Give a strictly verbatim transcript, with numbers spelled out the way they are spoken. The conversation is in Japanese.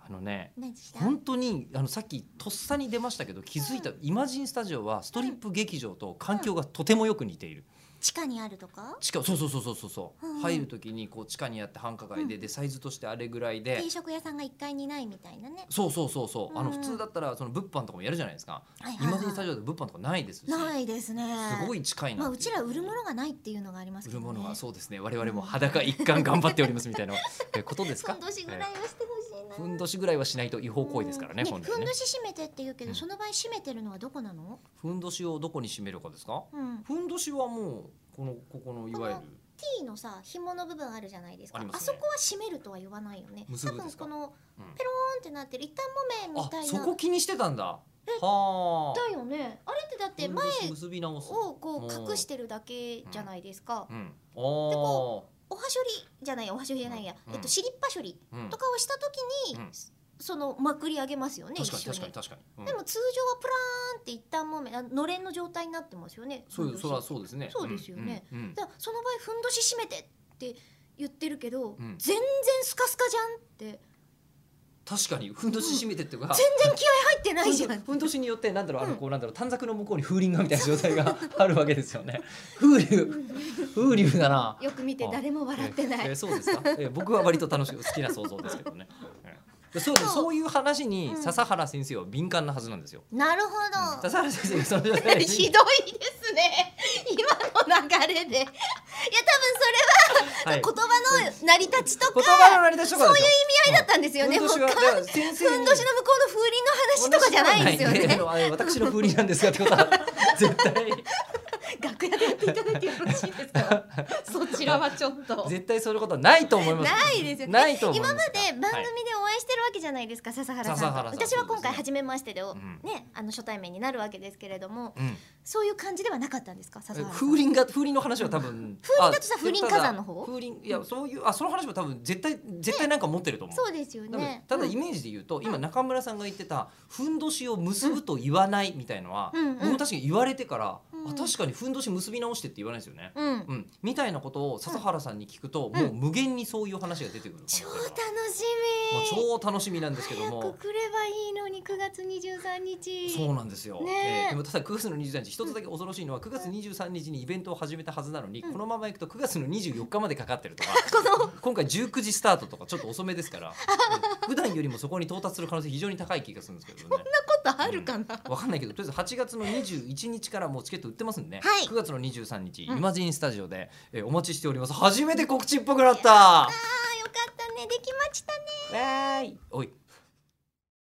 あのね何でした？ 本当にあのさっきとっさに出ましたけど気づいた、イマジンスタジオはストリップ劇場と環境がとてもよく似ている。 地下にあるとか？ 地下、そうそうそうそうそうそう、 うんうん入る時にこう地下にあって繁華街で、でサイズとしてあれぐらいで、 定食屋さんがいっかいにないみたいなね。 そうそうそうそう、あのうんうん普通だったらその物販とかもやるじゃないですか。 はいはいはいイマジンスタジオで物販とかないですし、 ないですね。 すごい近いなまあっていううちら売るものがないっていうのがありますけどね。 売るものが、そうですね、我々も裸一貫頑張っておりますみたいなえことですか。 ふんどしぐらいはしてほしいな。 ふんどしぐらいはしないと違法行為ですからね、 うん本来ねふんどし締めてって言うけど、 うんその場合締めてるのはどこなの？ ふんどしをどこに締めるかですか。 うんふんどしはもうこのここのいわゆる T のさ紐の部分あるじゃないですか。あありますねそこは締めるとは言わないよね。多結ぶですか分このうんペローンってなってる一旦木綿みたいな。 あ、そこ気にしてたんだ。はえあ。 だよね。あれってだって前ふんどし結び直すをこう隠してるだけじゃないですか。 うん。あこおはしょりじゃないおはしょりじゃないや、 うんえっと尻っぱ処理あ。うんとかをした時に、 うんそのまくり上げますよね。 確かに一緒確かに確かに。うんでも通常はプラーンって一旦木綿あのれんの状態になってますよね。 そういう、それはう。 そうですね。 そうですよねうんうんうんだからその場合ふんどし締めてって言ってるけど、 ん全然スカスカじゃんって確かにふんどし締めてっていうか、 全然気合入ってないじゃん。 ふんどしによってなんだろう、あのうんこうなんだろう、短冊の向こうに風鈴がみたいな状態があるわけですよね。風流風流だな。 よく見て誰も笑ってない。 えーえーそうですか。えー僕は割と楽しく好きな想像ですけどね。えーでそうです、そういう話にうん笹原先生は敏感なはずなんですよ。 なるほど。 笹原先生がその状態にひどいですね。今の流れで。いや多分それは、 はい言葉の成り立ちとか言葉の成り立ちとかそういうですよ意味合いだったんですよね。 ふんどしはもうだから先生にふんどしの向こうの風鈴の話とかじゃないんですよね。 同じではないあの私の風鈴なんですがってことは絶対楽屋でやっていただいてよろしいですか。そちらはちょっと。 絶対そういうことはないと思います。 ないですよね。 ないと思います今まで番組はいでお会いしてるわけじゃないですか、笹原さんと。 笹原さん私は今回そうですね初めましてで、 んね、あの初対面になるわけですけれども、 うんそういう感じではなかったんですか、笹原さん。 風鈴が風鈴の話は多分風鈴だとさあ風鈴火山の方風鈴いやそういうあその話は多分絶対絶対なんか持ってると思う。 そうですよ多分ね。うんただイメージで言うと、今中村さんが言ってたふんどしを結ぶと言わないみたいのは、 うんうん僕も確かに言われてから、 うんあ確かにふんどし結び直してって言わないですよね。 うん。 うん、みたいなことを笹原さんに聞くと、もう無限にそういう話が出てくる可能性が超楽しもうみ。 超楽しみなんですけども早く来ればいいのにくがつにじゅうさんにち。 そうなんですよ、 ねええーでもただくがつのにじゅうさんにち一つだけ恐ろしいのはくがつにじゅうさんにちにイベントを始めたはずなのに、 うんこのままいくとくがつのにじゅうよっかまでかかってるとかこの今回じゅうくじスタートとかちょっと遅めですから、うん普段よりもそこに到達する可能性非常に高い気がするんですけどね。 そんなことあるかな。 わかんないけどとりあえずはちがつのにじゅういちにちからもうチケット売ってますんで、ねはいくがつのにじゅうさんにち、 うんイマジンスタジオで、えーお待ちしております。初めて告知っぽくなった。 あーよかったね、できましたね。 わーいおい